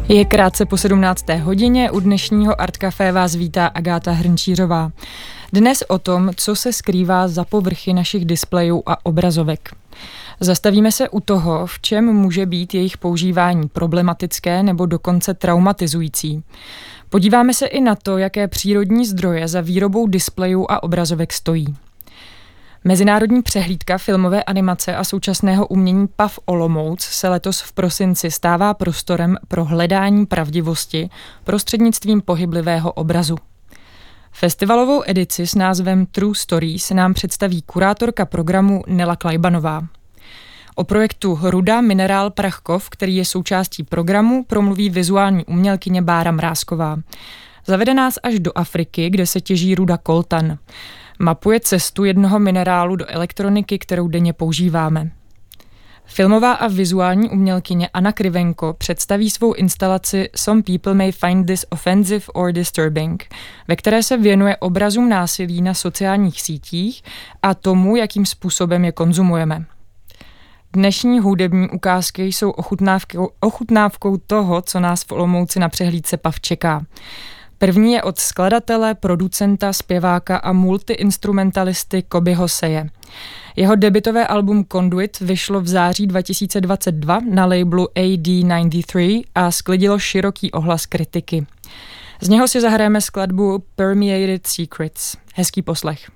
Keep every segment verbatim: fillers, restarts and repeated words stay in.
Je krátce po sedmnácté hodině, u dnešního Art Café vás vítá Agáta Hrnčířová. Dnes o tom, co se skrývá za povrchy našich displejů a obrazovek. Zastavíme se u toho, v čem může být jejich používání problematické nebo dokonce traumatizující. Podíváme se i na to, jaké přírodní zdroje za výrobou displejů a obrazovek stojí. Mezinárodní přehlídka filmové animace a současného umění P A V Olomouc se letos v prosinci stává prostorem pro hledání pravdivosti prostřednictvím pohyblivého obrazu. Festivalovou edici s názvem True Stories nám představí kurátorka programu Nela Klajbanová. O projektu Ruda, minerál, Prachkov, který je součástí programu, promluví vizuální umělkyně Bára Mrázková. Zavede nás až do Afriky, kde se těží ruda koltan. Mapuje cestu jednoho minerálu do elektroniky, kterou denně používáme. Filmová a vizuální umělkyně Anna Krivenko představí svou instalaci Some People May Find This Offensive or Disturbing, ve které se věnuje obrazům násilí na sociálních sítích a tomu, jakým způsobem je konzumujeme. Dnešní hudební ukázky jsou ochutnávkou, ochutnávkou toho, co nás v Olomouci na přehlídce P A V čeká. První je od skladatele, producenta, zpěváka a multiinstrumentalisty Kobyho Seje. Jeho debutové album Conduit vyšlo v září dva tisíce dvacet dva na labelu A D devadesát tři a sklidilo široký ohlas kritiky. Z něho si zahrajeme skladbu Permeated Secrets. Hezký poslech.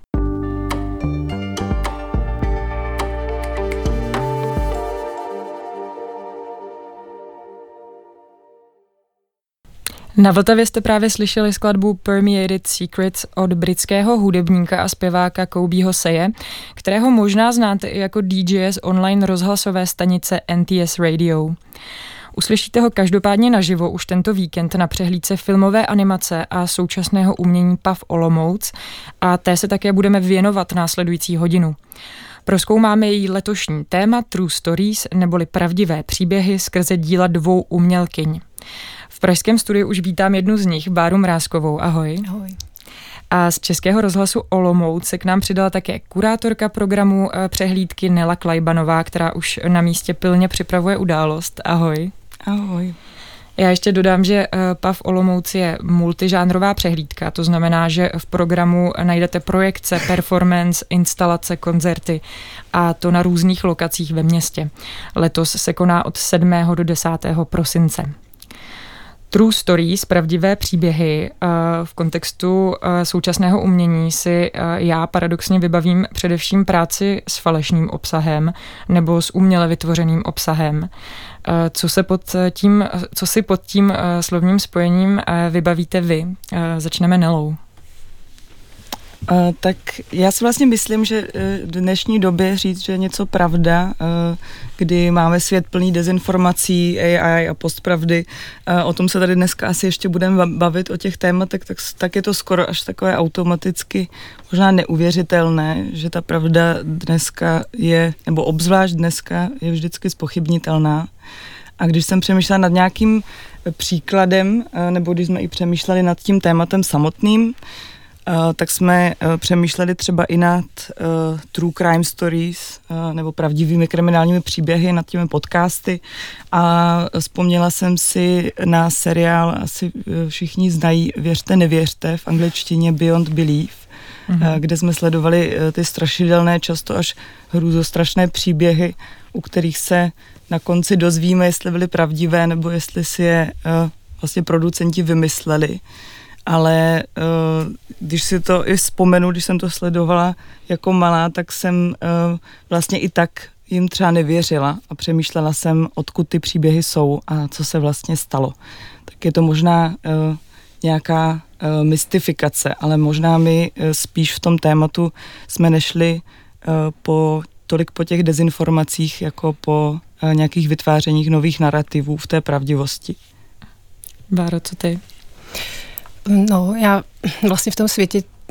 Na Vltavě jste právě slyšeli skladbu Permeated Secrets od britského hudebníka a zpěváka Kobyho Seje, kterého možná znáte i jako D J z online rozhlasové stanice N T S Radio. Uslyšíte ho každopádně naživo už tento víkend na přehlídce filmové animace a současného umění P A V Olomouc a té se také budeme věnovat následující hodinu. Prozkoumáme její letošní téma True Stories, neboli pravdivé příběhy skrze díla dvou umělkyň. V pražském studiu už vítám jednu z nich, Báru Mrázkovou. Ahoj. Ahoj. A z Českého rozhlasu Olomouc se k nám přidala také kurátorka programu přehlídky Nela Klajbanová, která už na místě pilně připravuje událost. Ahoj. Ahoj. Já ještě dodám, že P A V Olomouc je multižánrová přehlídka, to znamená, že v programu najdete projekce, performance, instalace, koncerty a to na různých lokacích ve městě. Letos se koná od sedmého do desátého prosince. True Stories, pravdivé příběhy, v kontextu současného umění si já paradoxně vybavím především práci s falešným obsahem nebo s uměle vytvořeným obsahem. Co se pod tím, co si pod tím slovním spojením vybavíte vy? Začneme Nelou. Uh, tak já si vlastně myslím, že v dnešní době říct, že je něco pravda, uh, kdy máme svět plný dezinformací, A I a postpravdy, uh, o tom se tady dneska asi ještě budeme bavit, o těch tématech, tak, tak je to skoro až takové automaticky možná neuvěřitelné, že ta pravda dneska je, nebo obzvlášť dneska je vždycky zpochybnitelná. A když jsem přemýšlela nad nějakým příkladem, uh, nebo když jsme i přemýšleli nad tím tématem samotným, Uh, tak jsme uh, přemýšleli třeba i nad uh, True Crime Stories uh, nebo pravdivými kriminálními příběhy, nad těmi podcasty a vzpomněla jsem si na seriál, asi všichni znají Věřte, nevěřte, v angličtině Beyond Belief, mm-hmm. uh, kde jsme sledovali uh, ty strašidelné, často až hrůzostrašné příběhy, u kterých se na konci dozvíme, jestli byly pravdivé nebo jestli si je uh, vlastně producenti vymysleli. Ale uh, když si to i vzpomenu, když jsem to sledovala jako malá, tak jsem uh, vlastně i tak jim třeba nevěřila a přemýšlela jsem, odkud ty příběhy jsou a co se vlastně stalo. Tak je to možná uh, nějaká uh, mystifikace, ale možná my uh, spíš v tom tématu jsme nešli uh, po tolik po těch dezinformacích, jako po uh, nějakých vytvářeních nových narrativů v té pravdivosti. Báro, co ty? No, já vlastně v tom světě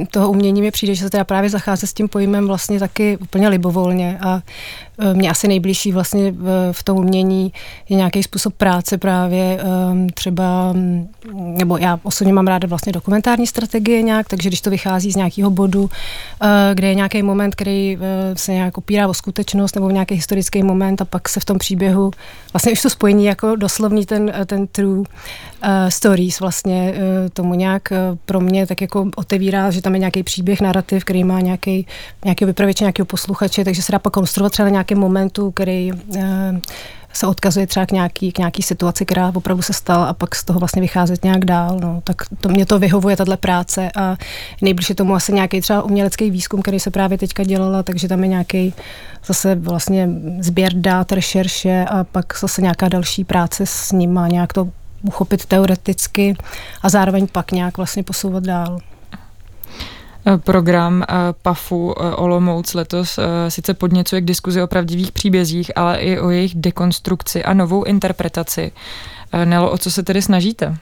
toho umění mi přijde, že se teda právě zachází s tím pojmem vlastně taky úplně libovolně a mě asi nejbližší vlastně v tom umění je nějaký způsob práce právě třeba, nebo já osobně mám ráda vlastně dokumentární strategie nějak, takže když to vychází z nějakého bodu, kde je nějaký moment, který se nějak opírá o skutečnost nebo nějaký historický moment a pak se v tom příběhu vlastně už to spojení jako doslovný ten, ten true uh, stories vlastně uh, tomu nějak uh, pro mě tak jako otevírá, že tam je nějaký příběh, narrativ, který má nějaký, nějaký vypravěče, nějakého posluchače, takže se dá pak konstruovat třeba nějaký momentu, který uh, se odkazuje třeba k nějaký, k nějaký situaci, která opravdu se stala a pak z toho vlastně vycházet nějak dál. No. Tak to mě to vyhovuje, tato práce a nejbliž je tomu asi nějaký třeba umělecký výzkum, který se právě teďka dělala, takže tam je nějaký zase vlastně sběr dát, rešerše a pak zase nějaká další práce s ním a nějak to uchopit teoreticky a zároveň pak nějak vlastně posouvat dál. Program pafu Olomouc letos sice podněcuje k diskuzi o pravdivých příbězích, ale i o jejich dekonstrukci a novou interpretaci. Nelo, o co se tedy snažíte?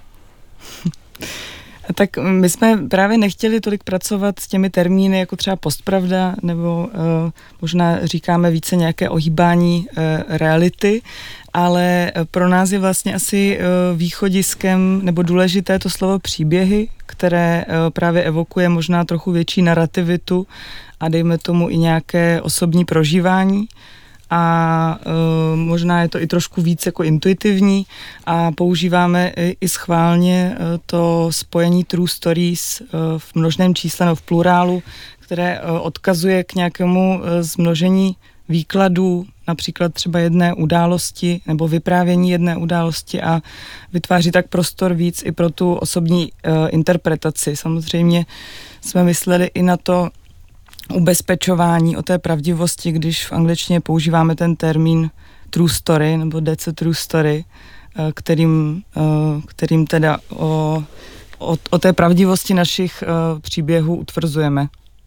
Tak my jsme právě nechtěli tolik pracovat s těmi termíny, jako třeba postpravda, nebo uh, možná říkáme více nějaké ohýbání uh, reality, ale pro nás je vlastně asi uh, východiskem nebo důležité to slovo příběhy, které uh, právě evokuje možná trochu větší narrativitu a dejme tomu i nějaké osobní prožívání. A e, možná je to i trošku víc jako intuitivní a používáme i, i schválně e, to spojení true stories e, v množném čísle nebo v plurálu, které e, odkazuje k nějakému e, zmnožení výkladů, například třeba jedné události nebo vyprávění jedné události a vytváří tak prostor víc i pro tu osobní e, interpretaci. Samozřejmě jsme mysleli i na to ubezpečování o té pravdivosti, když v angličtině používáme ten termín true story, nebo that's a true story, kterým, kterým teda o, o, o té pravdivosti našich příběhů utvrzujeme.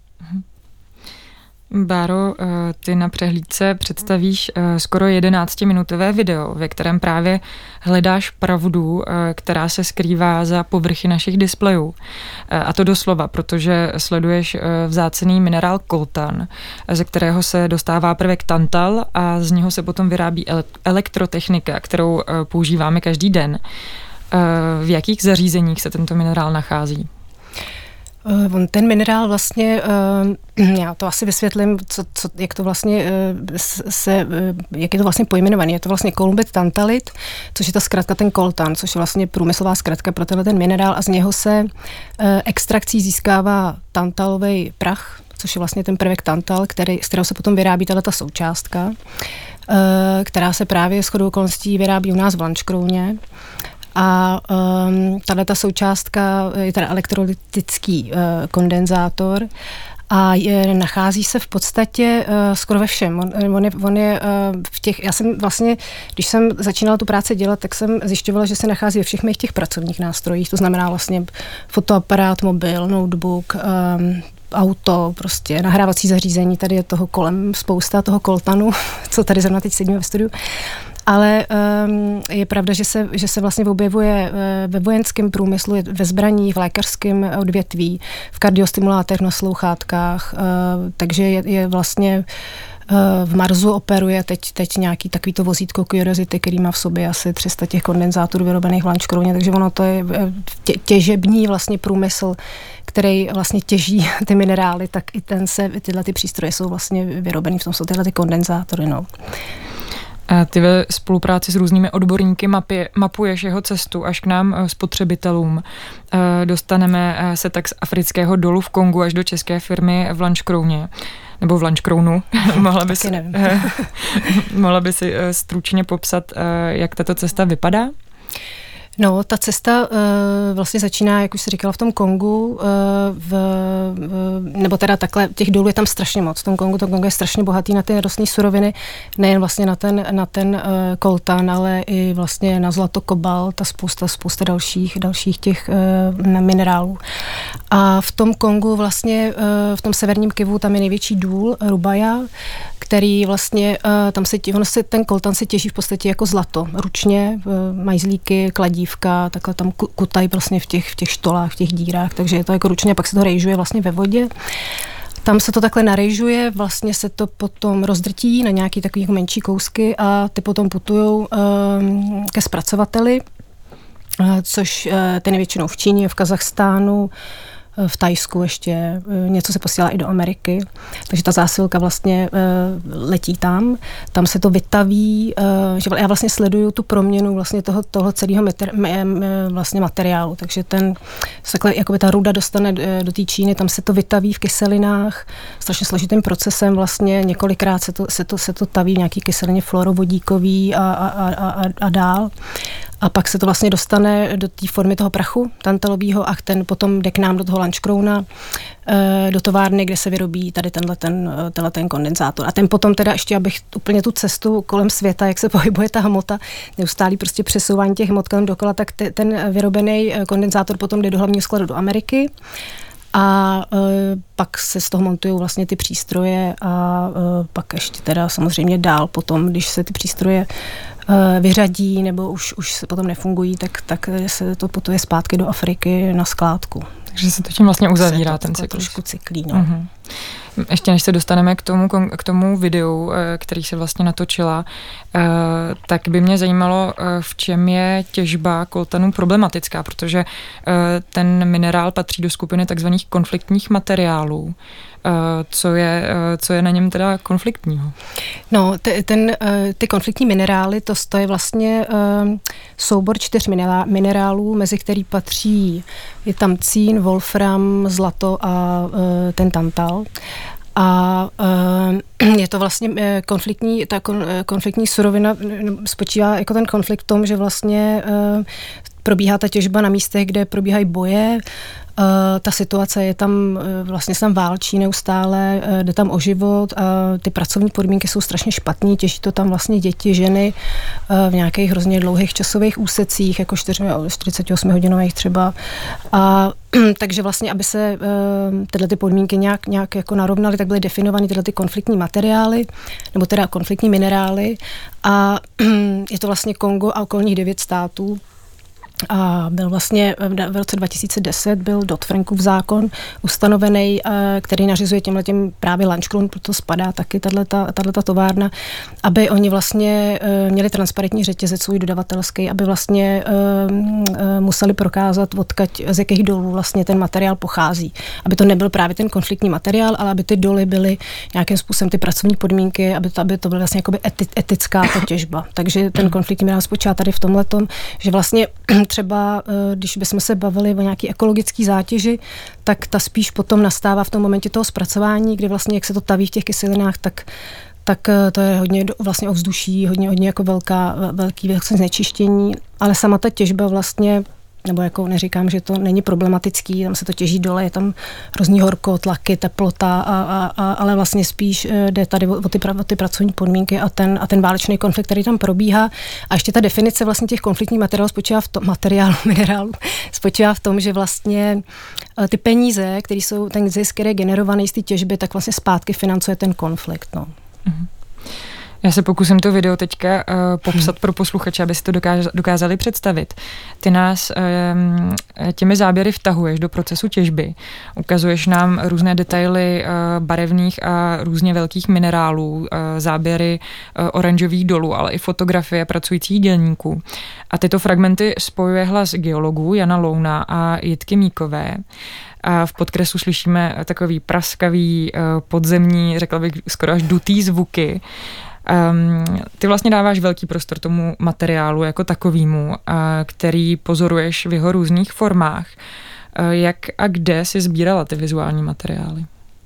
Báro, ty na přehlídce představíš skoro jedenáctiminutové video, ve kterém právě hledáš pravdu, která se skrývá za povrchy našich displejů. A to doslova, protože sleduješ vzácný minerál koltan, ze kterého se dostává prvek tantal a z něho se potom vyrábí elektrotechnika, kterou používáme každý den. V jakých zařízeních se tento minerál nachází? Ten minerál vlastně, já to asi vysvětlím, co, co, jak to vlastně se, jak je to vlastně pojmenovaný. Je to vlastně kolumbit tantalit, což je ta zkratka ten koltan, což je vlastně průmyslová zkratka pro tenhle ten minerál a z něho se extrakcí získává tantalový prach, což je vlastně ten prvek tantal, který, z kterého se potom vyrábí tato součástka, která se právě shodou okolností vyrábí u nás v Lanškrouně. A um, tato součástka je teda elektrolytický uh, kondenzátor a je, nachází se v podstatě uh, skoro ve všem. On, on je, on je uh, v těch, já jsem vlastně, když jsem začínala tu práci dělat, tak jsem zjišťovala, že se nachází ve všech mých těch pracovních nástrojích, to znamená vlastně fotoaparát, mobil, notebook, um, auto, prostě nahrávací zařízení, tady je toho kolem spousta, toho koltanu, co tady zrovna teď sedíme ve studiu. Ale um, je pravda, že se, že se vlastně objevuje uh, ve vojenském průmyslu, ve zbraních, v lékařském odvětví, v kardiostimulátorech, na slouchátkách, uh, takže je, je vlastně uh, v Marsu operuje teď, teď nějaký takovýto vozítko Curiosity, který má v sobě asi tři sta těch kondenzátorů vyrobených v Lanškrouně, takže ono to je tě, těžební vlastně průmysl, který vlastně těží ty minerály, tak i ten se, tyhle ty přístroje jsou vlastně vyrobený, v tom jsou tyhle ty kondenzátory, no. Ty ve spolupráci s různými odborníky mapy, mapuješ jeho cestu až k nám spotřebitelům. Dostaneme se tak z afrického dolu v Kongu až do české firmy v Lanškrouně. Nebo v Lanškrounu. mohla, by si, mohla by si stručně popsat, jak tato cesta vypadá? No, ta cesta uh, vlastně začíná, jak už jsi říkala, v tom Kongu, uh, v, uh, nebo teda takhle, těch dolů je tam strašně moc. V tom Kongu, to Kongo je strašně bohatý na ty nerostné suroviny, nejen vlastně na ten, na ten uh, koltan, ale i vlastně na zlato, kobalt a spousta, spousta dalších, dalších těch uh, minerálů. A v tom Kongu vlastně, uh, v tom severním Kivu, tam je největší důl, Rubaja, který vlastně, uh, tam se, ono se, ten koltan se těží v podstatě jako zlato, ručně, uh, majzlíky, kladí dívka, takhle tam kutají vlastně v těch, v těch štolách, v těch dírách, takže je to jako ručně, pak se to rejžuje vlastně ve vodě. Tam se to takhle narejžuje, vlastně se to potom rozdrtí na nějaký takový menší kousky a ty potom putujou um, ke zpracovateli, uh, což uh, ten je většinou v Číně, v Kazachstánu, v Thajsku ještě, něco se posílá i do Ameriky, takže ta zásilka vlastně uh, letí tam, tam se to vytaví, uh, že já vlastně sleduju tu proměnu vlastně toho, toho celého meter, me, me, vlastně materiálu, takže ten, takhle, jakoby ta ruda dostane do té Číny, tam se to vytaví v kyselinách, strašně složitým procesem vlastně, několikrát se to, se to, se to taví v nějaký kyselině fluorovodíkový a, a, a, a, a dál. A pak se to vlastně dostane do té formy toho prachu tantalového a ten potom jde k nám do toho Lanškrouna, do továrny, kde se vyrobí tady tenhle ten, tenhle ten kondenzátor. A ten potom teda ještě, abych úplně tu cestu kolem světa, jak se pohybuje ta hmota, neustálý prostě přesouvání těch hmot kolem dokola, tak te, ten vyrobený kondenzátor potom jde do hlavního skladu do Ameriky. A e, pak se z toho montují vlastně ty přístroje a e, pak ještě teda samozřejmě dál potom, když se ty přístroje e, vyřadí nebo už, už se potom nefungují, tak, tak se to putuje zpátky do Afriky na skládku. Takže se to tím vlastně uzavírá ten cyklus. Trošku cyklí, no. Uh-huh. Ještě než se dostaneme k tomu, k tomu videu, který se vlastně natočila, tak by mě zajímalo, v čem je těžba koltanu problematická, protože ten minerál patří do skupiny takzvaných konfliktních materiálů. Co je, co je na něm teda konfliktního? No, ty, ten, ty konfliktní minerály, to, to je vlastně soubor čtyř minerálů, mezi který patří, je tam cín, wolfram, zlato a ten tantal. A je to vlastně konfliktní, ta konfliktní surovina spočívá jako ten konflikt v tom, že vlastně probíhá ta těžba na místech, kde probíhají boje. Uh, ta situace je tam, uh, vlastně se tam válčí neustále, uh, jde tam o život a ty pracovní podmínky jsou strašně špatný, těží to tam vlastně děti, ženy uh, v nějakých hrozně dlouhých časových úsecích, jako čtyřicet osm hodinových třeba. A takže vlastně, aby se uh, tyhle ty podmínky nějak, nějak jako narovnaly, tak byly definovány tyhle ty konfliktní materiály, nebo teda konfliktní minerály a je to vlastně Kongo a okolních devět států. A byl vlastně v roce dva tisíce deset byl Dodd-Frankův zákon ustanovený, který nařizuje těmhletěm právě Lanškroun, proto spadá taky tato továrna, aby oni vlastně měli transparentní řetězec svůj dodavatelský, aby vlastně museli prokázat, odkud, z jakých dolů vlastně ten materiál pochází. Aby to nebyl právě ten konfliktní materiál, ale aby ty doly byly nějakým způsobem ty pracovní podmínky, aby to, aby to byla vlastně jakoby eti, etická ta těžba. Takže ten konfliktní minerál spočívá tady v tomhletom, že vlastně třeba, když bychom se bavili o nějaký ekologický zátěži, tak ta spíš potom nastává v tom momentě toho zpracování, kdy vlastně, jak se to taví v těch kyselinách, tak tak to je hodně vlastně ovzduší, hodně, hodně jako velká, velký vlastně znečištění, ale sama ta těžba vlastně, nebo jako neříkám, že to není problematický, tam se to těží dole, je tam hrozný horko, tlaky, teplota, a, a, a, ale vlastně spíš jde tady o, o, ty, o ty pracovní podmínky a ten, a ten válečný konflikt, který tam probíhá. A ještě ta definice vlastně těch konfliktních materiálů spočívá v tom, materiálu, minerálu, spočívá v tom, že vlastně ty peníze, které jsou, ten zisk, který je generovaný z té těžby, tak vlastně zpátky financuje ten konflikt. No. Mhm. Já se pokusím to video teďka uh, popsat pro posluchače, aby si to dokáž, dokázali představit. Ty nás um, těmi záběry vtahuješ do procesu těžby. Ukazuješ nám různé detaily uh, barevných a různě velkých minerálů, uh, záběry uh, oranžových dolů, ale i fotografie pracujících dělníků. A tyto fragmenty spojuje hlas geologů Jana Louna a Jitky Míkové. A v podkresu slyšíme takový praskavý, uh, podzemní, řekla bych skoro až dutý zvuky. Um, ty vlastně dáváš velký prostor tomu materiálu jako takovýmu, uh, který pozoruješ v jeho různých formách. Uh, jak a kde jsi sbírala ty vizuální materiály?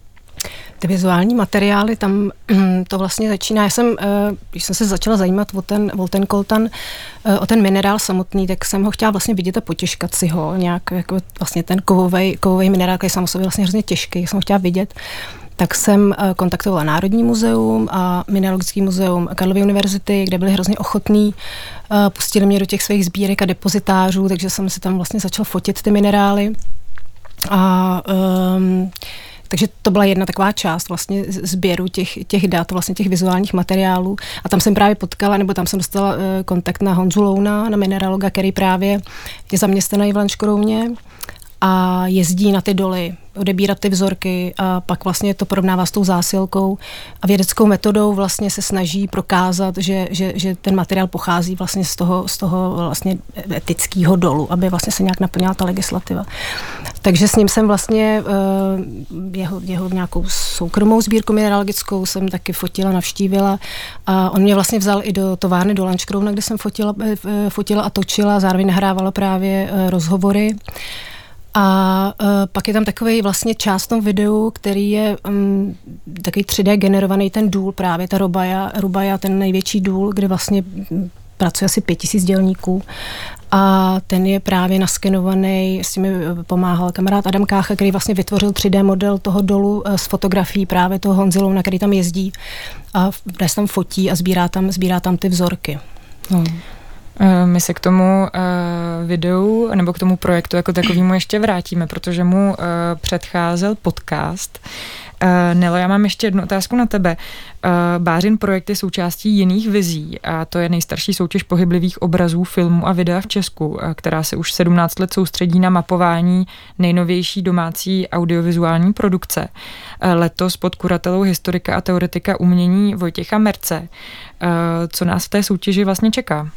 Ty vizuální materiály, tam to vlastně začíná. Já jsem, když jsem se začala zajímat o ten, o ten koltan, o ten minerál samotný, tak jsem ho chtěla vlastně vidět a potěžkat si ho nějak, jako vlastně ten kovový, kovový minerál, který je sám o sobě vlastně hrozně těžký, jsem ho chtěla vidět. Tak jsem kontaktovala Národní muzeum a Mineralogický muzeum Karlovy univerzity, kde byli hrozně ochotní, pustili mě do těch svých sbírek a depozitářů, takže jsem si tam vlastně začala fotit ty minerály. A um, Takže to byla jedna taková část vlastně sběru těch, těch dat, vlastně těch vizuálních materiálů. A tam jsem právě potkala, nebo tam jsem dostala uh, kontakt na Honzu Louna, na mineraloga, který právě je zaměstnaný v Lanškrouně a jezdí na ty doly, odebírat ty vzorky a pak vlastně to porovnává s tou zásilkou a vědeckou metodou vlastně se snaží prokázat, že, že, že ten materiál pochází vlastně z toho, z toho vlastně etického dolu, aby vlastně se nějak naplňala ta legislativa. Takže s ním jsem vlastně jeho, jeho nějakou soukromou sbírku mineralogickou jsem taky fotila, navštívila a on mě vlastně vzal i do továrny do Lanškrouna, kde jsem fotila, fotila a točila, zároveň nahrávala právě rozhovory. A uh, pak je tam takový vlastně část v tom videu, který je um, takový tři dé generovaný ten důl, právě ta Rubaja, Rubaja, ten největší důl, kde vlastně pracuje asi pět tisíc dělníků. A ten je právě naskenovaný, s tím mi pomáhal kamarád Adam Kácha, který vlastně vytvořil tři dé model toho dolu s fotografií právě toho Honzy Louna, který tam jezdí a dnes tam fotí a sbírá tam, sbírá tam ty vzorky. No. My se k tomu uh, videu nebo k tomu projektu jako takovému ještě vrátíme, protože mu uh, předcházel podcast. Uh, Nelo, já mám ještě jednu otázku na tebe. Uh, Bářin projekt je součástí Jiných vizí a to je nejstarší soutěž pohyblivých obrazů, filmů a videa v Česku, uh, která se už sedmnáct let soustředí na mapování nejnovější domácí audiovizuální produkce. Uh, letos pod kuratelou historika a teoretika umění Vojtěcha Merce. Uh, co nás v té soutěži vlastně čeká?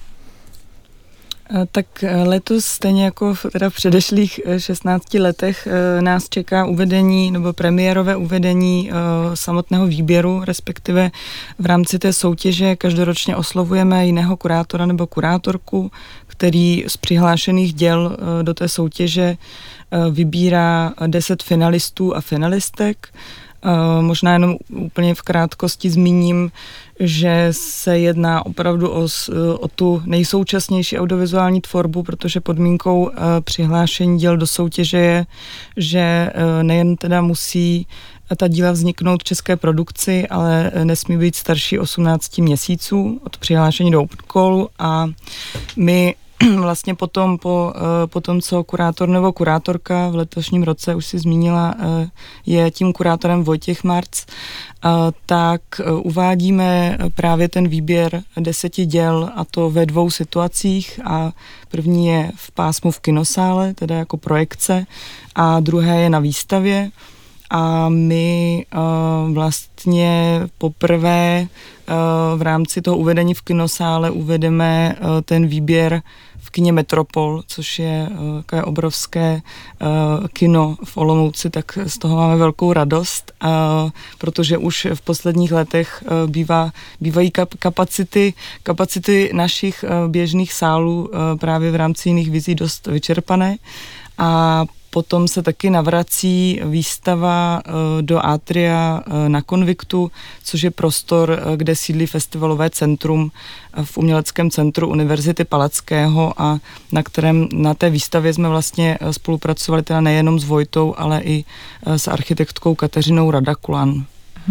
Tak letos, stejně jako v, teda v předešlých šestnácti letech, nás čeká uvedení nebo premiérové uvedení samotného výběru, respektive v rámci té soutěže každoročně oslovujeme jiného kurátora nebo kurátorku, který z přihlášených děl do té soutěže vybírá deset finalistů a finalistek. Možná jenom úplně v krátkosti zmíním, že se jedná opravdu o, o tu nejsoučasnější audiovizuální tvorbu, protože podmínkou přihlášení děl do soutěže je, že nejen teda musí ta díla vzniknout v české produkci, ale nesmí být starší osmnácti měsíců od přihlášení do open callu a my vlastně potom, po, po tom, co kurátor nebo kurátorka v letošním roce, už si zmínila, je tím kurátorem Vojtěch Marc, tak uvádíme právě ten výběr deseti děl a to ve dvou situacích a první je v pásmu v kinosále, teda jako projekce a druhé je na výstavě. A my uh, vlastně poprvé uh, v rámci toho uvedení v kinosále uvedeme uh, ten výběr v kině Metropol, což je uh, takové obrovské uh, kino v Olomouci, tak z toho máme velkou radost, uh, protože už v posledních letech uh, bývá, bývají kap- kapacity, kapacity našich uh, běžných sálů uh, právě v rámci Jiných vizí dost vyčerpané a potom se taky navrací výstava do Atria na Konviktu, což je prostor, kde sídlí festivalové centrum v uměleckém centru Univerzity Palackého a na kterém na té výstavě jsme vlastně spolupracovali teda nejenom s Vojtou, ale i s architektkou Kateřinou Radakulan.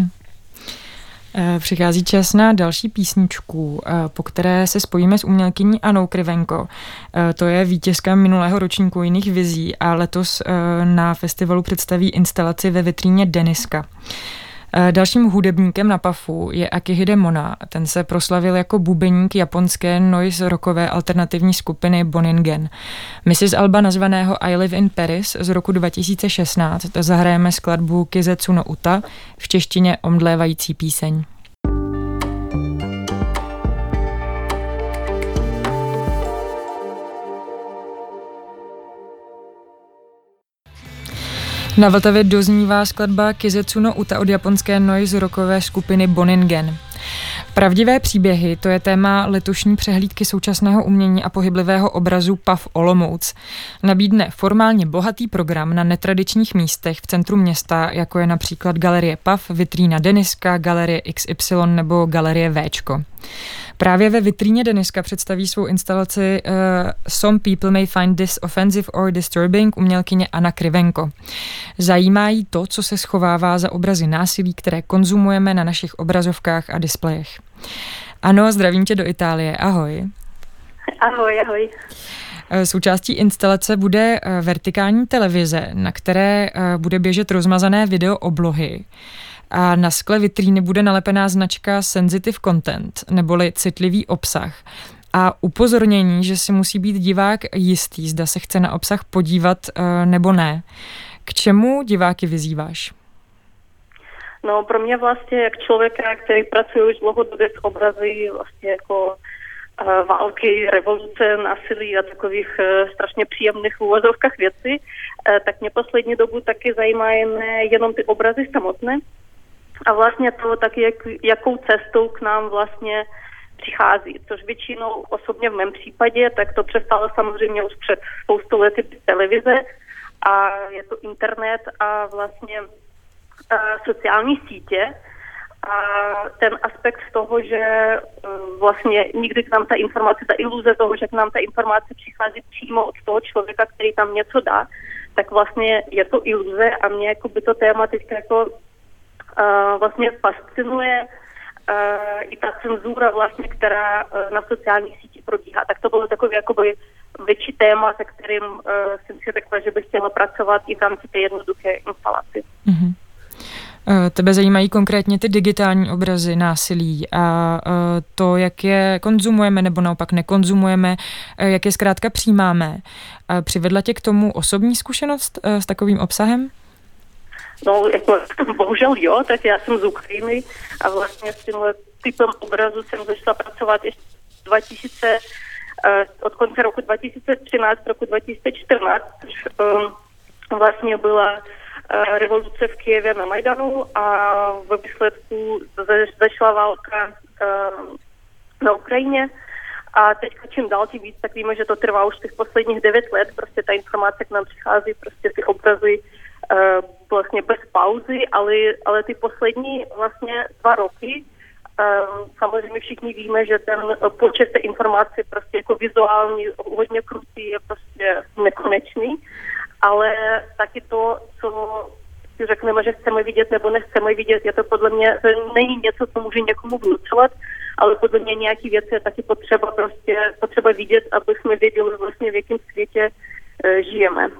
Přichází čas na další písničku, po které se spojíme s umělkyní Anou Krivenko. To je vítězka minulého ročníku Jiných vizí a letos na festivalu představí instalaci ve vitríně Deniska. Dalším hudebníkem na pafu je Akihide Mona. Ten se proslavil jako bubeník japonské noise rockové alternativní skupiny Boningen. My si z alba nazvaného I Live in Paris z roku dva tisíce šestnáct zahrajeme skladbu Kizetsu no Uta, v češtině Omdlévající píseň. Na Vltavě doznívá skladba Kizetsu no Uta od japonské noise rockové skupiny Boningen. Pravdivé příběhy, to je téma letošní přehlídky současného umění a pohyblivého obrazu P A V Olomouc. Nabídne formálně bohatý program na netradičních místech v centru města, jako je například Galerie P A V, vitrína Deniska, Galerie X Y nebo Galerie Véčko. Právě ve vitríně Deniska představí svou instalaci uh, Some People May Find This Offensive or Disturbing umělkyně Anna Krivenko. Zajímá jí to, co se schovává za obrazy násilí, které konzumujeme na našich obrazovkách a displejech. Ano, zdravím tě do Itálie. Ahoj. Ahoj, ahoj. Součástí instalace bude vertikální televize, na které bude běžet rozmazané video oblohy. A na skle vitríny bude nalepená značka Sensitive Content, neboli citlivý obsah. A upozornění, že si musí být divák jistý, zda se chce na obsah podívat nebo ne. K čemu diváky vyzýváš? No pro mě vlastně, jak člověka, který pracuje už dlouhodobě s obrazy vlastně jako uh, války, revoluce, násilí a takových uh, strašně příjemných úvozovkách věcí, uh, tak mě poslední dobu taky zajímají nejenom ty obrazy samotné, a vlastně to taky, jak, jakou cestou k nám vlastně přichází, což většinou osobně v mém případě, tak to přestalo samozřejmě už před spoustu lety televize a je to internet a vlastně sociální sítě a ten aspekt toho, že vlastně nikdy k nám ta informace, ta iluze toho, že k nám ta informace přichází přímo od toho člověka, který tam něco dá, tak vlastně je to iluze a mě jako by to téma teď jako uh, vlastně fascinuje uh, i ta cenzura vlastně, která uh, na sociálních sítích probíhá. Tak to bylo takové jakoby větší téma, se kterým uh, jsem si řekla, že bych chtěla pracovat i v rámci té jednoduché instalaci. Mm-hmm. Tebe zajímají konkrétně ty digitální obrazy násilí a to, jak je konzumujeme nebo naopak nekonzumujeme, jak je zkrátka přijímáme. Přivedla tě k tomu osobní zkušenost s takovým obsahem? No, jako, bohužel jo, tak já jsem z Ukrajiny a vlastně s tímhle typem obrazu jsem začala pracovat ještě dva tisíce, od konce roku dva tisíce třináct, roku dva tisíce čtrnáct, což um, vlastně byla revoluce v Kyjevě na Majdanu a ve výsledku začala válka na Ukrajině a teďka čím dál tím víc, tak víme, že to trvá už těch posledních devět let, prostě ta informace k nám přichází, prostě ty obrazy vlastně bez pauzy, ale, ale ty poslední vlastně dva roky samozřejmě všichni víme, že ten počet té informace prostě jako vizuální, hodně krutý je prostě nekonečný. Ale taky to, co si řekneme, že chceme vidět nebo nechceme vidět, je to podle mě, to není něco, co může někomu vnucovat, ale podle mě nějaký věci je taky potřeba prostě, potřeba vidět, aby jsme věděli vlastně, v jakém světě e, žijeme.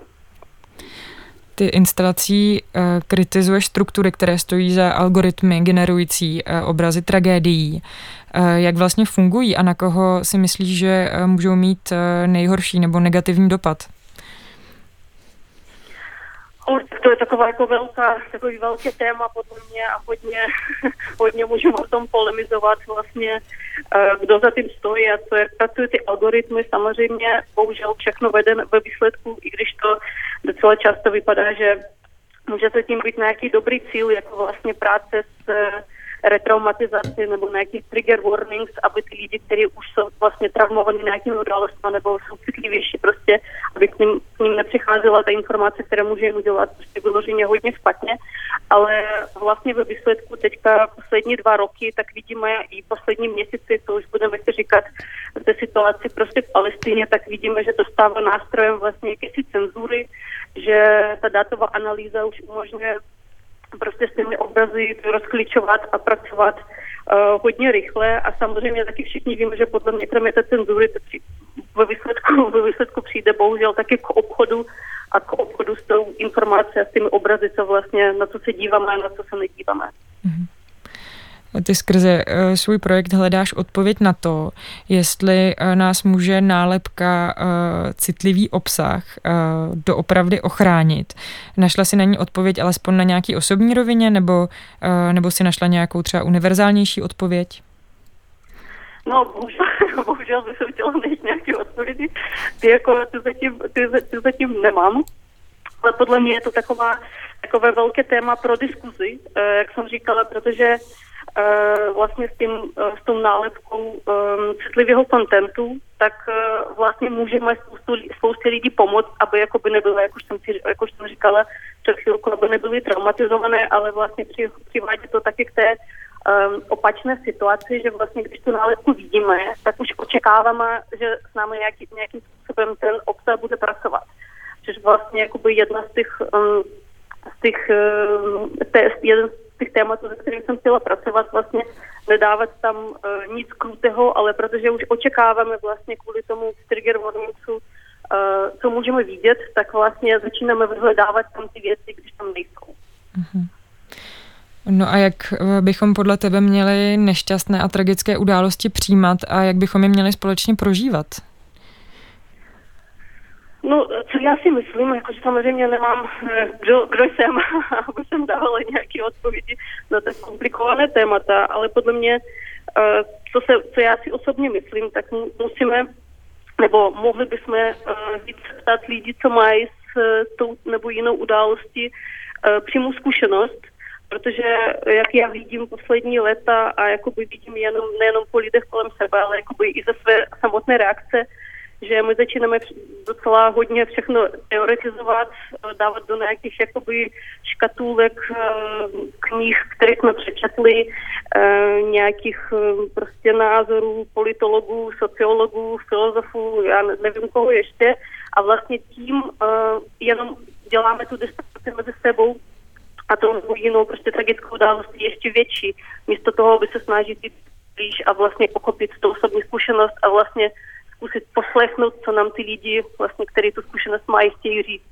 Ty instalací e, kritizuješ struktury, které stojí za algoritmy generující e, obrazy tragédií. E, jak vlastně fungují a na koho si myslíš, že e, můžou mít e, nejhorší nebo negativní dopad? To je taková jako velká, takový velké téma podle mě a hodně, hodně můžeme o tom polemizovat vlastně, kdo za tím stojí a co, jak pracují ty algoritmy. Samozřejmě bohužel všechno vede ve výsledku, i když to docela často vypadá, že může se tím být nějaký dobrý cíl, jako vlastně práce s retraumatizací nebo nějaký trigger warnings, aby ty lidi, kteří už jsou vlastně traumovaní nějakými událostmi nebo jsou citlivější prostě, aby k ním, k ním nepřicházela ta informace, která může jim udělat prostě vyloženě hodně špatně, ale vlastně ve výsledku teďka poslední dva roky, tak vidíme i poslední měsíci, to už budeme si říkat v té situaci prostě v Palestině, tak vidíme, že to stává nástrojem vlastně jakési cenzury, že ta datová analýza už umožňuje prostě s těmi obrazy rozklíčovat a pracovat uh, hodně rychle a samozřejmě taky všichni víme, že podle mě kromě té cenzury to při, ve, výsledku, ve výsledku přijde bohužel taky k obchodu a k obchodu s tou informací a s těmi obrazy, co vlastně, na co se díváme a na co se nedíváme. Mm-hmm. Ty skrze uh, svůj projekt hledáš odpověď na to, jestli uh, nás může nálepka uh, citlivý obsah uh, doopravdy ochránit. Našla si na ní odpověď alespoň na nějaký osobní rovině, nebo, uh, nebo si našla nějakou třeba univerzálnější odpověď? No, bohužel, bohužel bych chtěla najít nějaké odpovědi. Ty, jako, ty, zatím, ty, ty zatím nemám. Ale podle mě je to taková, takové velké téma pro diskuzi, uh, jak jsem říkala, protože Uh, vlastně s tím, uh, s tou nálepkou um, citlivého kontentu, tak uh, vlastně můžeme spoustu, spoustě lidí pomoct, aby jakoby nebyly, jak už jsem, si, jak už jsem říkala před chvilkou, aby nebyly traumatizované, ale vlastně při, přivádí to taky k té um, opačné situaci, že vlastně když tu nálepku vidíme, tak už očekáváme, že s námi nějaký, nějakým způsobem ten obsah bude pracovat. Což vlastně jakoby jedna z těch, um, z těch um, té, jeden těch tématů, ze kterých jsem chtěla pracovat, vlastně nedávat tam uh, nic krutého, ale protože už očekáváme vlastně kvůli tomu trigger warningsu uh, co můžeme vidět, tak vlastně začínáme vyhledávat tam ty věci, když tam nejsou. Uh-huh. No a jak bychom podle tebe měli nešťastné a tragické události přijímat a jak bychom je měli společně prožívat? No, co já si myslím, jakože samozřejmě nemám, kdo, kdo jsem, aby jsem dávala nějaké odpovědi na tak komplikované témata, ale podle mě, co, se, co já si osobně myslím, tak musíme, nebo mohli bychom víc ptát lidi, co mají s tou nebo jinou událostí přímou zkušenost, protože jak já vidím poslední léta a jakoby vidím jenom, nejenom po lidech kolem sebe, ale jakoby i ze své samotné reakce, že my začínáme docela hodně všechno teoretizovat, dávat do nějakých jakoby škatůlek knih, které jsme přečetli, nějakých prostě názorů politologů, sociologů, filozofů, já nevím koho ještě, a vlastně tím jenom děláme tu distanci mezi sebou a tou jinou prostě tragickou událostí ještě větší, místo toho, aby se snažit jít blíž a vlastně pochopit tu osobní zkušenost a vlastně zkusit poslechnout, co nám ty lidi, vlastně, kteří tu zkušenost mají, chtějí říct.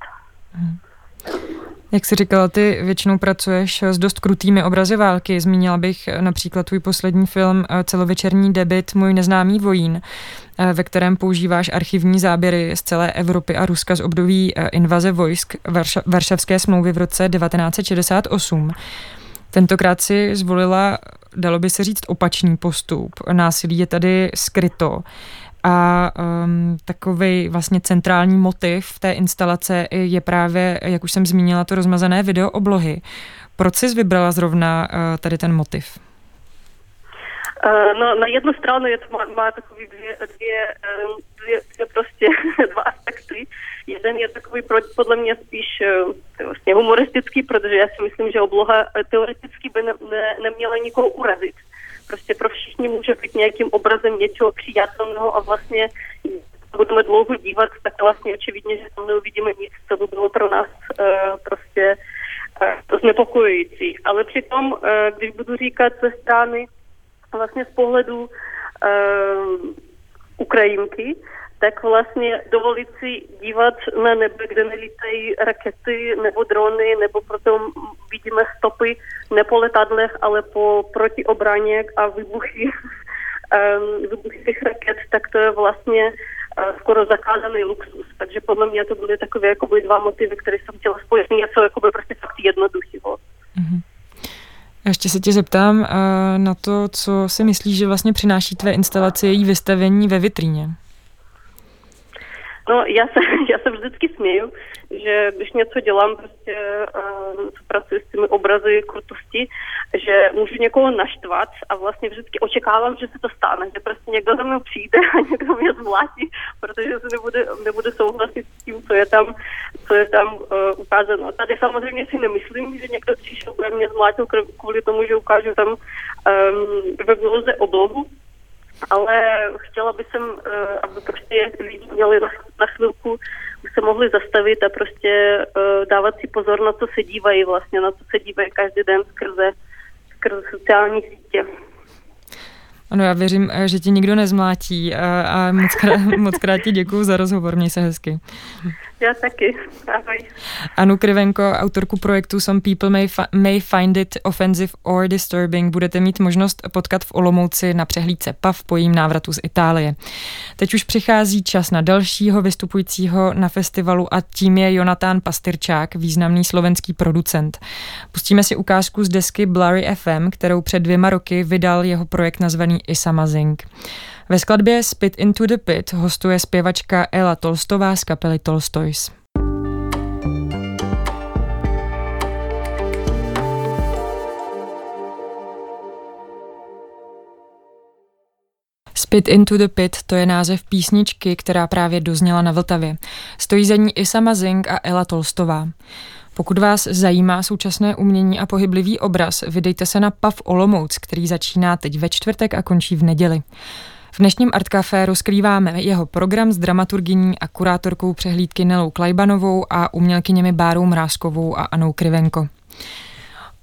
Jak jsi říkala, ty většinou pracuješ s dost krutými obrazy války. Zmínila bych například tvůj poslední film celovečerní debut Můj neznámý vojín, ve kterém používáš archivní záběry z celé Evropy a Ruska z období invaze vojsk Varša- Varšavské smlouvy v roce devatenáct set šedesát osm. Tentokrát si zvolila, dalo by se říct, opačný postup. Násilí je tady skryto. A um, takovej vlastně centrální motiv té instalace je právě, jak už jsem zmínila, to rozmazané video oblohy. Proč jsi vybrala zrovna uh, tady ten motiv? Uh, no, na jednu stranu je to má, má takový dvě, dvě, dvě, dvě prostě dva aspekty. Jeden je takový podle mě spíš uh, vlastně humoristický, protože já si myslím, že obloha teoreticky by ne, ne, neměla nikoho urazit. Prostě pro všichni může být nějakým obrazem něčeho přijatelného a vlastně budeme dlouho dívat, tak vlastně očividně, že tam neuvidíme nic, co by bylo pro nás uh, prostě uh, znepokojující. Ale přitom, uh, když budu říkat ze strany vlastně z pohledu uh, Ukrajinky, tak vlastně dovolit si dívat na nebe, kde nelítají rakety nebo drony, nebo proto vidíme stopy ne po letadlech, ale po protiobraně a vybuchy, um, vybuchy těch raket, tak to je vlastně uh, skoro zakázaný luxus. Takže podle mě to byly takové jakoby dva motivy, které jsem chtěla spojit. Něco jakoby prostě fakt jednoduchého. Mm-hmm. Ještě se tě zeptám uh, na to, co si myslíš, že vlastně přináší tvé instalaci její vystavení ve vitríně. No, já se, já se vždycky směju, že když něco dělám, prostě uh, pracuji s těmi obrazy krutosti, že můžu někoho naštvat a vlastně vždycky očekávám, že se to stane, že prostě někdo za mnou přijde a někdo mě zmlátí, protože se nebude, nebude souhlasit s tím, co je tam, co je tam uh, ukázáno. Tady samozřejmě si nemyslím, že někdo přišel a mě zmlátil kvůli tomu, že ukážu tam um, ve vloze oblohu, ale chtěla bych, aby prostě lidi měli na chvilku, už se mohli zastavit a prostě dávat si pozor na co se dívají vlastně, na co se dívají každý den skrze, skrze sociální sítě. Ano, já věřím, že ti nikdo nezmlátí a, a moc, krát, moc krát ti děkuju za rozhovor, měj se hezky. Já taky, ahoj. Anu Krivenko, autorku projektu Some People May, fi- may Find It Offensive or Disturbing, budete mít možnost potkat v Olomouci na přehlídce P A V po jejím návratu z Itálie. Teď už přichází čas na dalšího vystupujícího na festivalu a tím je Jonatán Pastyrčák, významný slovenský producent. Pustíme si ukázku z desky Blurry F M, kterou před dvěma roky vydal jeho projekt nazvaný Is Amazing. Ve skladbě Spit into the Pit hostuje zpěvačka Ela Tolstová z kapely Tolstoys. Spit into the Pit, to je název písničky, která právě dozněla na Vltavě. Stojí za ní Is Amazing a Ela Tolstová. Pokud vás zajímá současné umění a pohyblivý obraz, vydejte se na P A V Olomouc, který začíná teď ve čtvrtek a končí v neděli. V dnešním Art Café rozkrýváme jeho program s dramaturgyní a kurátorkou přehlídky Nelou Klajbanovou a umělkyněmi Bárou Mrázkovou a Anou Krivenko.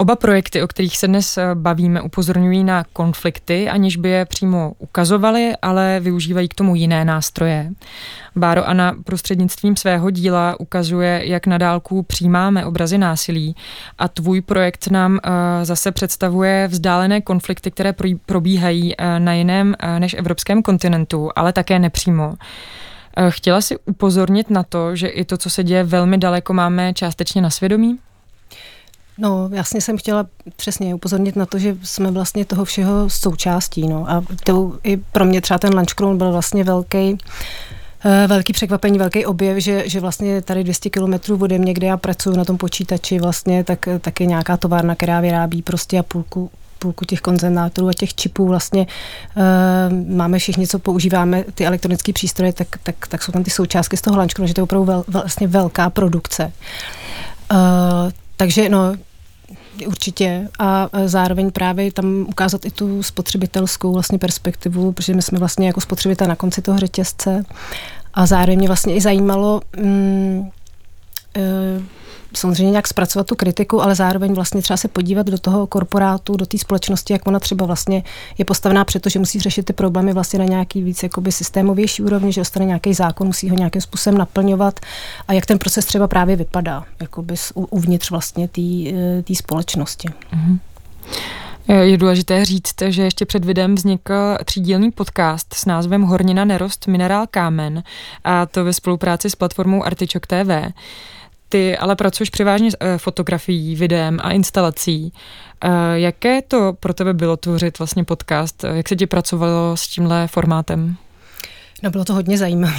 Oba projekty, o kterých se dnes bavíme, upozorňují na konflikty, aniž by je přímo ukazovali, ale využívají k tomu jiné nástroje. Báro Anna prostřednictvím svého díla ukazuje, jak na dálku přijímáme obrazy násilí a tvůj projekt nám uh, zase představuje vzdálené konflikty, které probíhají uh, na jiném uh, než evropském kontinentu, ale také nepřímo. Uh, chtěla si upozornit na to, že i to, co se děje velmi daleko, máme částečně na svědomí? No, jasně jsem chtěla přesně upozornit na to, že jsme vlastně toho všeho součástí, no, a to i pro mě třeba ten Lanškroun byl vlastně velký, velký překvapení, velký objev, že, že vlastně tady dvě stě kilometrů ode mě, kde já pracuji na tom počítači vlastně, tak, tak je nějaká továrna, která vyrábí prostě a půlku půlku těch koncentrátorů a těch čipů vlastně uh, máme všichni, co používáme, ty elektronické přístroje, tak, tak, tak jsou tam ty součástky z toho Lanškrounu, že to je opravdu vel, vlastně velká produkce. Uh, takže no, určitě a zároveň právě tam ukázat i tu spotřebitelskou vlastně perspektivu, protože my jsme vlastně jako spotřebitel na konci toho řetězce a zároveň mě vlastně i zajímalo mm, uh, samozřejmě nějak zpracovat tu kritiku, ale zároveň vlastně třeba se podívat do toho korporátu, do té společnosti, jak ona třeba vlastně je postavená před to, že musí řešit ty problémy vlastně na nějaký víc jakoby systémovější úrovni, že dostane nějaký zákon, musí ho nějakým způsobem naplňovat a jak ten proces třeba právě vypadá, jakoby uvnitř vlastně té společnosti. Mhm. Je důležité říct, že ještě před videem vznikl třídílný podcast s názvem Hornina, nerost, minerál, kámen, a to ve spolupráci s platformou Artičok T V. Ty ale pracuješ převážně s fotografií, videem a instalací. Jaké to pro tebe bylo tvořit vlastně podcast? Jak se ti pracovalo s tímhle formátem? No, bylo to hodně zajímavé.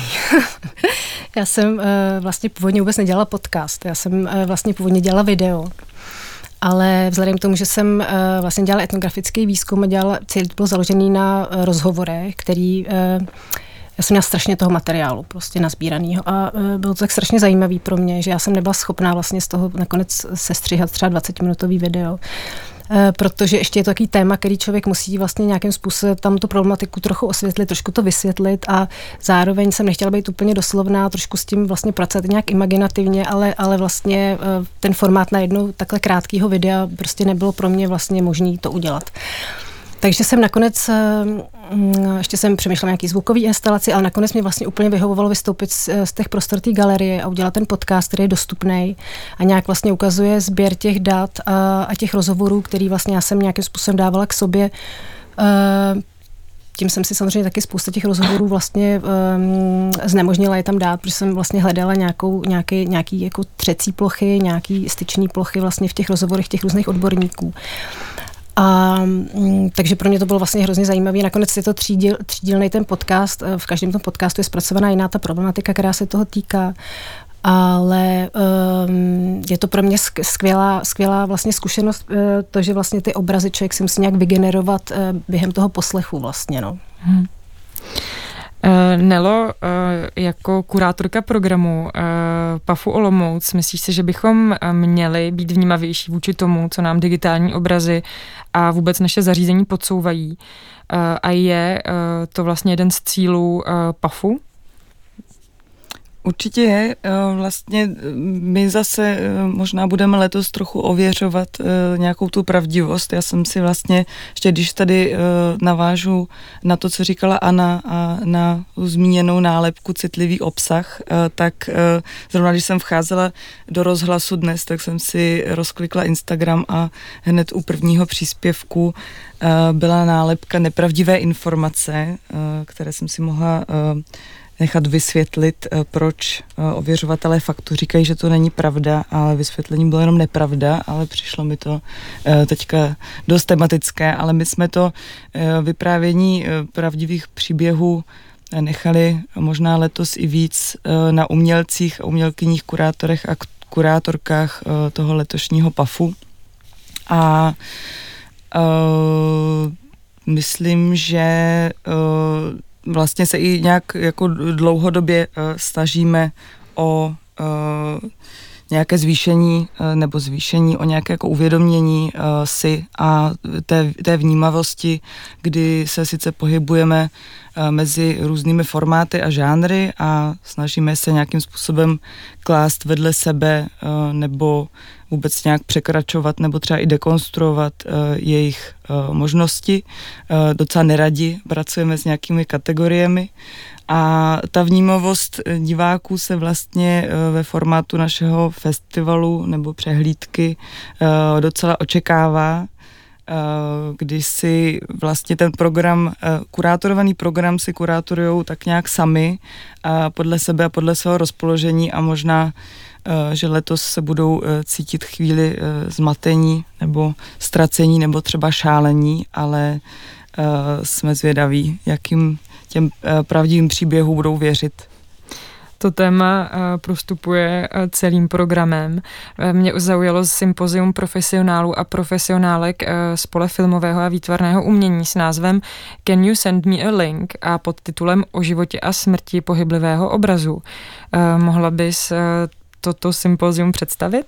Já jsem vlastně původně vůbec nedělala podcast. Já jsem vlastně původně dělala video. Ale vzhledem k tomu, že jsem vlastně dělala etnografický výzkum a dělala, celý to bylo založený na rozhovorech, který já jsem měla strašně toho materiálu prostě nazbíranýho a bylo to tak strašně zajímavý pro mě, že já jsem nebyla schopná vlastně z toho nakonec sestříhat třeba dvacetiminutový video. Protože ještě je to takový téma, který člověk musí vlastně nějakým způsobem tam tu problematiku trochu osvětlit, trošku to vysvětlit a zároveň jsem nechtěla být úplně doslovná, trošku s tím vlastně pracovat nějak imaginativně, ale, ale vlastně ten formát na jednou takhle krátkého videa prostě nebylo pro mě vlastně možný to udělat. Takže jsem nakonec, ještě jsem přemýšlela nějaký zvukový instalaci, ale nakonec mě vlastně úplně vyhovovalo vystoupit z, z těch prostor té galerie a udělat ten podcast, který je dostupný a nějak vlastně ukazuje sběr těch dat a, a těch rozhovorů, který vlastně já jsem nějakým způsobem dávala k sobě. Tím jsem si samozřejmě taky spousta těch rozhovorů vlastně um, znemožnila je tam dát, protože jsem vlastně hledala nějakou, nějaký, nějaký jako třecí plochy, nějaký styční plochy vlastně v těch rozhovorech těch různých odborníků. A m, takže pro mě to bylo vlastně hrozně zajímavé. Nakonec je to třídíl, třídílnej ten podcast. V každém tom podcastu je zpracovaná jiná ta problematika, která se toho týká. Ale um, je to pro mě skvělá, skvělá vlastně zkušenost, uh, to, že vlastně ty obrazy člověk si musí nějak vygenerovat uh, během toho poslechu vlastně, no. Hmm. Nelo, jako kurátorka programu PAFu Olomouc, myslíš si, že bychom měli být vnímavější vůči tomu, co nám digitální obrazy a vůbec naše zařízení podsouvají? A je to vlastně jeden z cílů PAFu? Určitě je. Vlastně my zase možná budeme letos trochu ověřovat nějakou tu pravdivost. Já jsem si vlastně, ještě když tady navážu na to, co říkala Anna a na zmíněnou nálepku citlivý obsah, tak zrovna když jsem vcházela do rozhlasu dnes, tak jsem si rozklikla Instagram a hned u prvního příspěvku byla nálepka nepravdivé informace, které jsem si mohla nechat vysvětlit, proč ověřovatelé faktu říkají, že to není pravda, ale vysvětlení bylo jenom nepravda, ale přišlo mi to teďka dost tematické, ale my jsme to vyprávění pravdivých příběhů nechali možná letos i víc na umělcích a umělkyních, kurátorech a kurátorkách toho letošního PAFu. A uh, myslím, že uh, vlastně se i nějak jako dlouhodobě uh, snažíme o uh, nějaké zvýšení nebo zvýšení o nějaké jako uvědomění si a té, té vnímavosti, kdy se sice pohybujeme mezi různými formáty a žánry a snažíme se nějakým způsobem klást vedle sebe nebo vůbec nějak překračovat nebo třeba i dekonstruovat jejich možnosti. Docela neradi pracujeme s nějakými kategoriemi a ta vnímavost diváků se vlastně ve formátu našeho festivalu nebo přehlídky docela očekává, když si vlastně ten program, kurátorovaný program si kurátorujou tak nějak sami podle sebe a podle svého rozpoložení a možná, že letos se budou cítit chvíli zmatení nebo ztracení nebo třeba šálení, ale jsme zvědaví, jakým těm pravdivým příběhům budou věřit. To téma prostupuje celým programem. Mě zaujalo sympozium profesionálů a profesionálek z pole filmového a výtvarného umění s názvem Can you send me a link a pod titulem O životě a smrti pohyblivého obrazu. Mohla bys toto sympozium představit?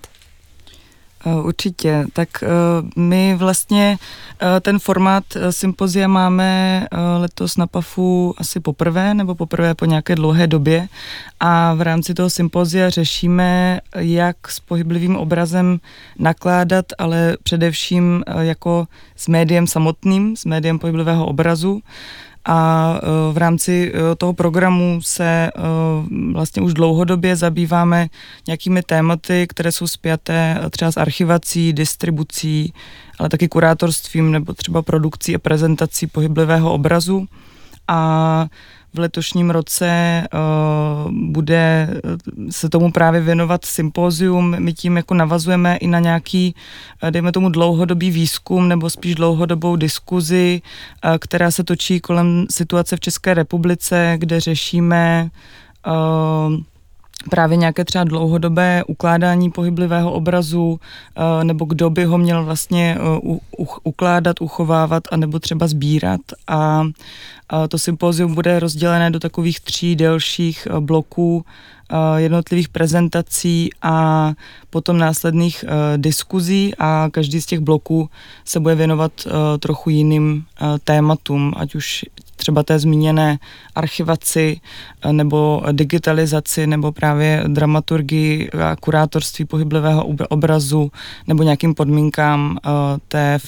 Určitě. Tak my vlastně ten formát sympozia máme letos na PAFu asi poprvé nebo poprvé po nějaké dlouhé době a v rámci toho sympozia řešíme, jak s pohyblivým obrazem nakládat, ale především jako s médiem samotným, s médiem pohyblivého obrazu. A v rámci toho programu se vlastně už dlouhodobě zabýváme nějakými tématy, které jsou spjaté třeba s archivací, distribucí, ale taky kurátorstvím nebo třeba produkcí a prezentací pohyblivého obrazu. A v letošním roce uh, bude se tomu právě věnovat sympózium. My tím jako navazujeme i na nějaký, dejme tomu, dlouhodobý výzkum nebo spíš dlouhodobou diskuzi, uh, která se točí kolem situace v České republice, kde řešíme uh, právě nějaké třeba dlouhodobé ukládání pohyblivého obrazu, nebo kdo by ho měl vlastně u, u, ukládat, uchovávat a nebo třeba sbírat. A, a to sympózium bude rozdělené do takových tří delších bloků jednotlivých prezentací a potom následných diskuzí a každý z těch bloků se bude věnovat trochu jiným tématům, ať už třeba té zmíněné archivaci nebo digitalizaci nebo právě dramaturgii a kurátorství pohyblivého obrazu nebo nějakým podmínkám té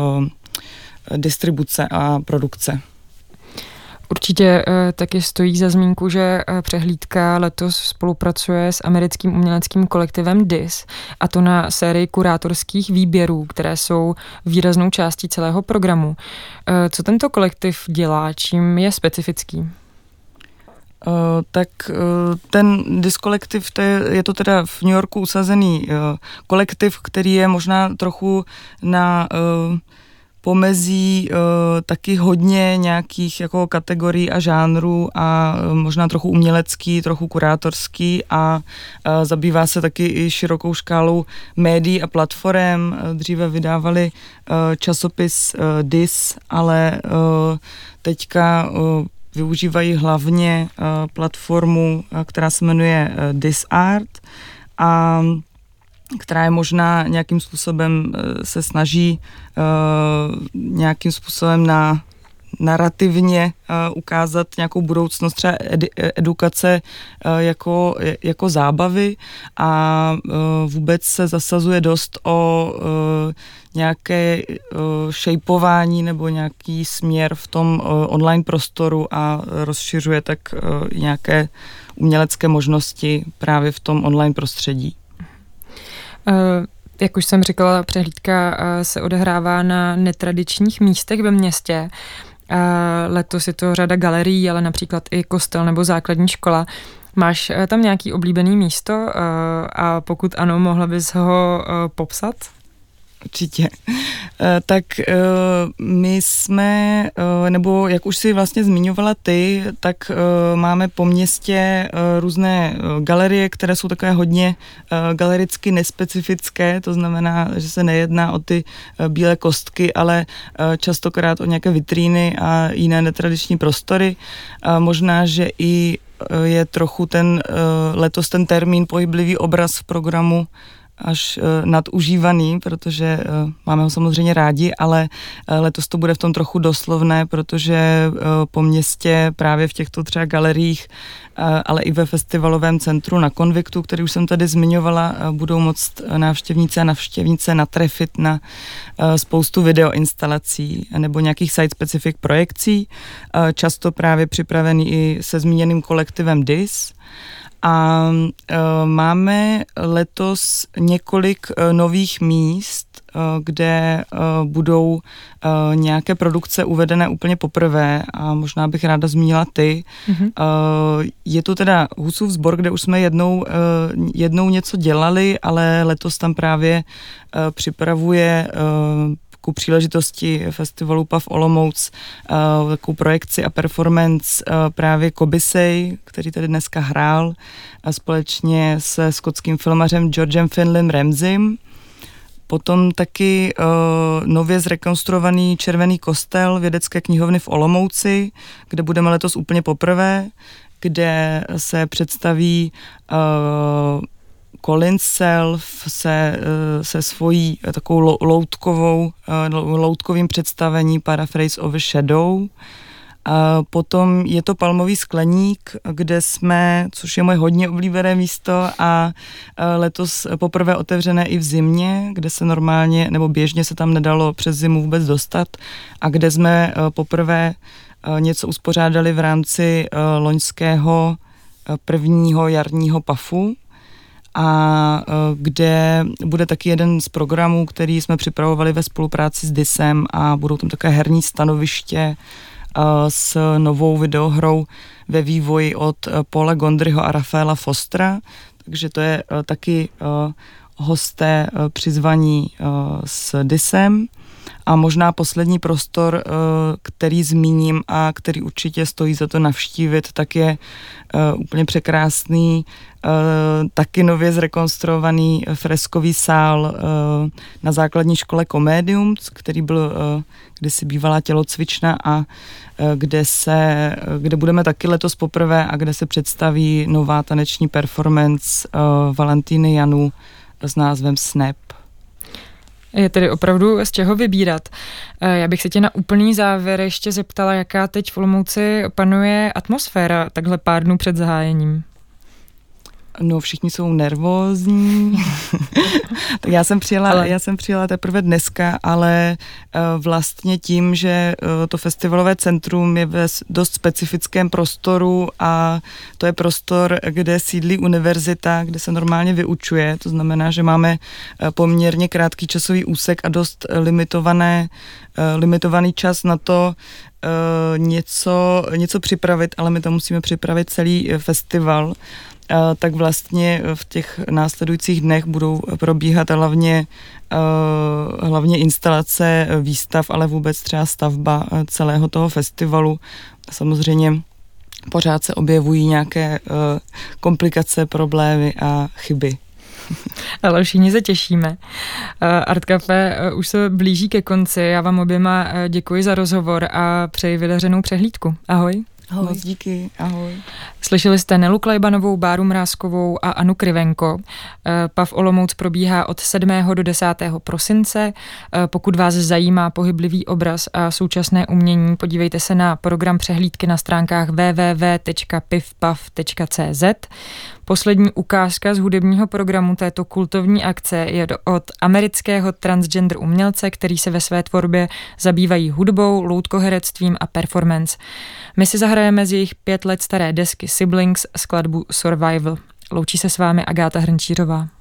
distribuce a produkce. Určitě taky stojí za zmínku, že přehlídka letos spolupracuje s americkým uměleckým kolektivem D I S, a to na sérii kurátorských výběrů, které jsou výraznou částí celého programu. Co tento kolektiv dělá, čím je specifický? Uh, tak uh, ten D I S kolektiv, to je, je to teda v New Yorku usazený uh, kolektiv, který je možná trochu na uh, pomezí uh, taky hodně nějakých jako kategorií a žánrů a uh, možná trochu umělecký, trochu kurátorský a uh, zabývá se taky i širokou škálou médií a platform. Uh, dříve vydávali uh, časopis uh, D I S, ale uh, teďka uh, využívají hlavně uh, platformu, uh, která se jmenuje uh, D I S Art a která je možná nějakým způsobem se snaží uh, nějakým způsobem na narrativně uh, ukázat nějakou budoucnost třeba ed- edukace uh, jako, jako zábavy a uh, vůbec se zasazuje dost o uh, nějaké uh, šejpování nebo nějaký směr v tom uh, online prostoru a rozšiřuje tak uh, nějaké umělecké možnosti právě v tom online prostředí. Jak už jsem říkala, přehlídka se odehrává na netradičních místech ve městě. Letos je to řada galerií, ale například i kostel nebo základní škola. Máš tam nějaký oblíbený místo a pokud ano, mohla bys ho popsat? Určitě. Tak my jsme, nebo jak už si vlastně zmiňovala ty, tak máme po městě různé galerie, které jsou takové hodně galericky nespecifické, to znamená, že se nejedná o ty bílé kostky, ale častokrát o nějaké vitríny a jiné netradiční prostory. Možná, že i je trochu ten letos ten termín pohyblivý obraz v programu až nadužívaný, protože máme ho samozřejmě rádi, ale letos to bude v tom trochu doslovné, protože po městě právě v těchto třeba galeriích, ale i ve festivalovém centru na Konviktu, který už jsem tady zmiňovala, budou moct návštěvníci a návštěvnice natrefit na spoustu videoinstalací nebo nějakých site-specific projekcí, často právě připravený i se zmíněným kolektivem D I S. A e, máme letos několik e, nových míst, e, kde e, budou e, nějaké produkce uvedené úplně poprvé a možná bych ráda zmínila ty. Mm-hmm. E, je to teda Husův sbor, kde už jsme jednou, e, jednou něco dělali, ale letos tam právě e, připravuje e, ku příležitosti festivalu P A V Olomouc uh, takovou projekci a performance uh, právě Kobisej, který tady dneska hrál a společně se skotským filmařem Georgem Finleym Ramseym. Potom taky uh, nově zrekonstruovaný Červený kostel vědecké knihovny v Olomouci, kde budeme letos úplně poprvé, kde se představí uh, Colin Self se, se svojí takovou loutkovou, loutkovým představení Paraphrase of a Shadow. A potom je to Palmový skleník, kde jsme, což je moje hodně oblíbené místo a letos poprvé otevřené i v zimě, kde se normálně nebo běžně se tam nedalo přes zimu vůbec dostat a kde jsme poprvé něco uspořádali v rámci loňského prvního jarního pafu. A kde bude taky jeden z programů, který jsme připravovali ve spolupráci s DISem a budou tam také herní stanoviště s novou videohrou ve vývoji od Paula Gondryho a Rafaela Fostera, takže to je taky hosté přizvaní s DISem. A možná poslední prostor, který zmíním a který určitě stojí za to navštívit, tak je úplně překrásný, taky nově zrekonstruovaný freskový sál na základní škole Comedium, který byl kdysi bývalá tělocvična a kde, se, kde budeme taky letos poprvé a kde se představí nová taneční performance Valentíny Janu s názvem Snap. Je tedy opravdu z čeho vybírat. Já bych se tě na úplný závěr ještě zeptala, jaká teď v Olomouci panuje atmosféra takhle pár dnů před zahájením. No, všichni jsou nervózní. Tak já jsem přijela, ale... já jsem přijela teprve dneska, ale uh, vlastně tím, že uh, to festivalové centrum je ve dost specifickém prostoru a to je prostor, kde sídlí univerzita, kde se normálně vyučuje. To znamená, že máme uh, poměrně krátký časový úsek a dost limitované, uh, limitovaný čas na to, uh, něco, něco připravit, ale my to musíme připravit celý festival. Uh, tak vlastně v těch následujících dnech budou probíhat hlavně, uh, hlavně instalace výstav, ale vůbec třeba stavba celého toho festivalu. Samozřejmě pořád se objevují nějaké uh, komplikace, problémy a chyby. Ale všichni se těšíme. Art Café už se blíží ke konci. Já vám oběma děkuji za rozhovor a přeji vydařenou přehlídku. Ahoj. Ahoj. Moc díky, ahoj. Slyšeli jste Nelu Klejbanovou, Báru Mrázkovou a Anu Krivenko. P A V Olomouc probíhá od sedmého do desátého prosince. Pokud vás zajímá pohyblivý obraz a současné umění, podívejte se na program přehlídky na stránkách w w w tečka pivpav tečka c z. Poslední ukázka z hudebního programu této kultovní akce je od amerického transgender umělce, který se ve své tvorbě zabývají hudbou, loutkoherectvím a performance. My si zahrajeme z jejich pět let staré desky Siblings skladbu Survival. Loučí se s vámi Agáta Hrnčířová.